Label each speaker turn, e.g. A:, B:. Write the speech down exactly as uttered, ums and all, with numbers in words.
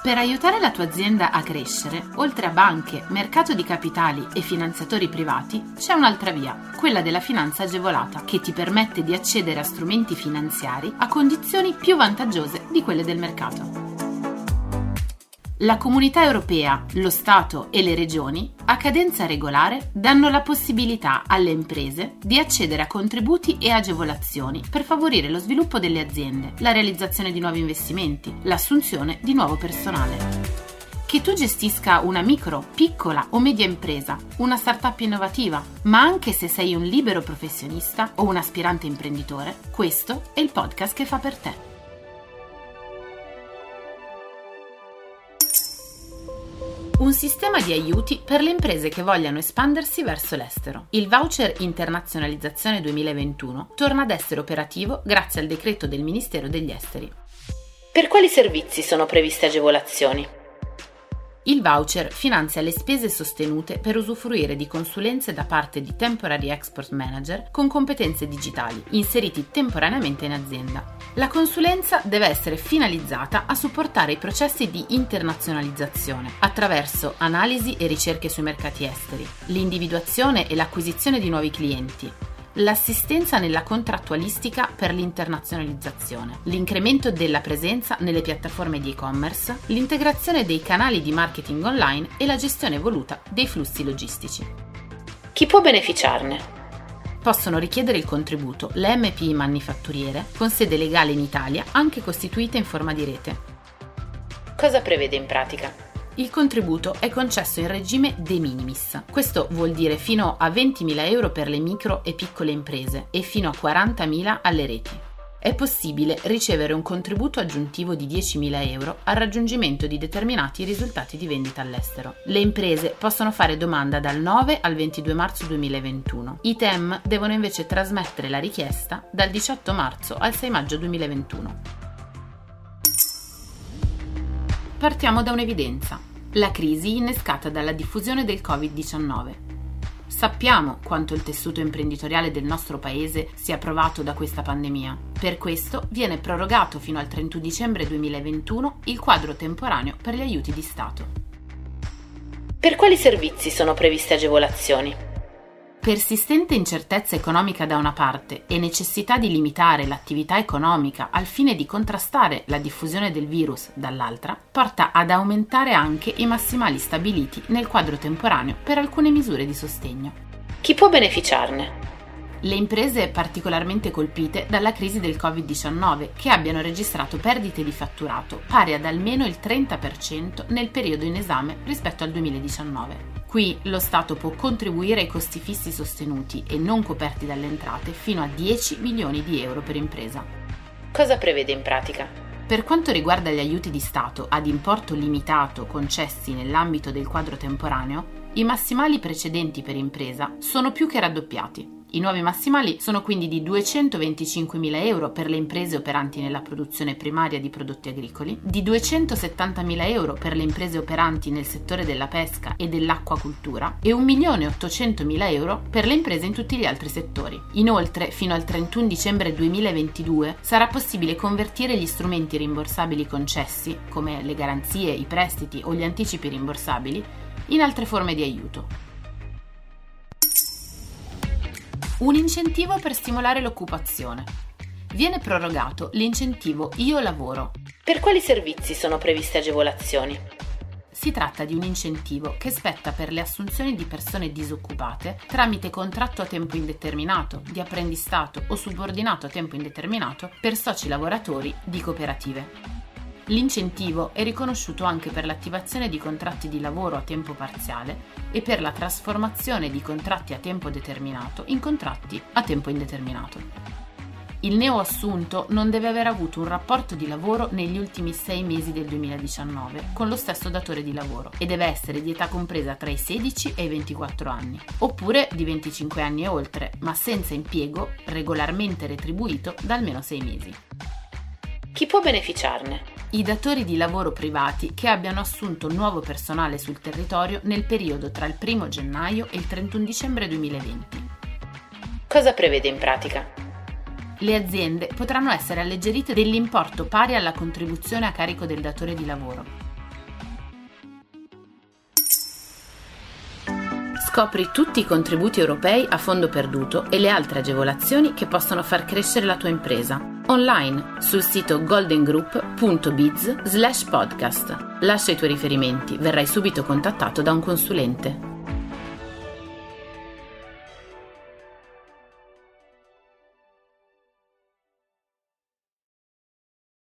A: Per aiutare la tua azienda a crescere, oltre a banche, mercato di capitali e finanziatori privati, c'è un'altra via, quella della finanza agevolata, che ti permette di accedere a strumenti finanziari a condizioni più vantaggiose di quelle del mercato. La Comunità Europea, lo Stato e le Regioni, a cadenza regolare, danno la possibilità alle imprese di accedere a contributi e agevolazioni per favorire lo sviluppo delle aziende, la realizzazione di nuovi investimenti, l'assunzione di nuovo personale. Che tu gestisca una micro, piccola o media impresa, una startup innovativa, ma anche se sei un libero professionista o un aspirante imprenditore, questo è il podcast che fa per te. Un sistema di aiuti per le imprese che vogliano espandersi verso l'estero. Il voucher Internazionalizzazione duemilaventuno torna ad essere operativo grazie al decreto del Ministero degli Esteri.
B: Per quali servizi sono previste agevolazioni?
A: Il voucher finanzia le spese sostenute per usufruire di consulenze da parte di Temporary Export Manager con competenze digitali, inseriti temporaneamente in azienda. La consulenza deve essere finalizzata a supportare i processi di internazionalizzazione attraverso analisi e ricerche sui mercati esteri, l'individuazione e l'acquisizione di nuovi clienti, l'assistenza nella contrattualistica per l'internazionalizzazione, l'incremento della presenza nelle piattaforme di e-commerce, l'integrazione dei canali di marketing online e la gestione evoluta dei flussi logistici.
B: Chi può beneficiarne?
A: Possono richiedere il contributo le emme pi i manifatturiere con sede legale in Italia, anche costituite in forma di rete.
B: Cosa prevede in pratica?
A: Il contributo è concesso in regime de minimis. Questo vuol dire fino a ventimila euro per le micro e piccole imprese e fino a quarantamila alle reti. È possibile ricevere un contributo aggiuntivo di diecimila euro al raggiungimento di determinati risultati di vendita all'estero. Le imprese possono fare domanda dal nove al ventidue marzo duemilaventuno. I T E M devono invece trasmettere la richiesta dal diciotto marzo al sei maggio duemilaventuno. Partiamo da un'evidenza: la crisi innescata dalla diffusione del covid diciannove. Sappiamo quanto il tessuto imprenditoriale del nostro paese sia provato da questa pandemia. Per questo viene prorogato fino al trentuno dicembre duemilaventuno il quadro temporaneo per gli aiuti di Stato.
B: Per quali servizi sono previste agevolazioni?
A: Persistente incertezza economica da una parte e necessità di limitare l'attività economica al fine di contrastare la diffusione del virus dall'altra, porta ad aumentare anche i massimali stabiliti nel quadro temporaneo per alcune misure di sostegno.
B: Chi può beneficiarne?
A: Le imprese particolarmente colpite dalla crisi del covid diciannove che abbiano registrato perdite di fatturato pari ad almeno il trenta per cento nel periodo in esame rispetto al duemiladiciannove. Qui lo Stato può contribuire ai costi fissi sostenuti e non coperti dalle entrate fino a dieci milioni di euro per impresa.
B: Cosa prevede in pratica?
A: Per quanto riguarda gli aiuti di Stato ad importo limitato concessi nell'ambito del quadro temporaneo, i massimali precedenti per impresa sono più che raddoppiati. I nuovi massimali sono quindi di duecentoventicinquemila euro per le imprese operanti nella produzione primaria di prodotti agricoli, di duecentosettantamila euro per le imprese operanti nel settore della pesca e dell'acquacultura e un milione ottocentomila euro per le imprese in tutti gli altri settori. Inoltre, fino al trentuno dicembre duemilaventidue sarà possibile convertire gli strumenti rimborsabili concessi, come le garanzie, i prestiti o gli anticipi rimborsabili, in altre forme di aiuto. Un incentivo per stimolare l'occupazione. Viene prorogato l'incentivo Io Lavoro.
B: Per quali servizi sono previste agevolazioni?
A: Si tratta di un incentivo che spetta per le assunzioni di persone disoccupate tramite contratto a tempo indeterminato, di apprendistato o subordinato a tempo indeterminato per soci lavoratori di cooperative. L'incentivo è riconosciuto anche per l'attivazione di contratti di lavoro a tempo parziale e per la trasformazione di contratti a tempo determinato in contratti a tempo indeterminato. Il neoassunto non deve aver avuto un rapporto di lavoro negli ultimi sei mesi del duemiladiciannove con lo stesso datore di lavoro e deve essere di età compresa tra i sedici e i ventiquattro anni, oppure di venticinque anni e oltre, ma senza impiego regolarmente retribuito da almeno sei mesi.
B: Chi può beneficiarne?
A: I datori di lavoro privati che abbiano assunto nuovo personale sul territorio nel periodo tra il primo gennaio e il trentuno dicembre duemilaventi.
B: Cosa prevede in pratica?
A: Le aziende potranno essere alleggerite dell'importo pari alla contribuzione a carico del datore di lavoro. Scopri tutti i contributi europei a fondo perduto e le altre agevolazioni che possono far crescere la tua impresa. Online sul sito goldengroup punto biz slash podcast. Lascia i tuoi riferimenti, verrai subito contattato da un consulente.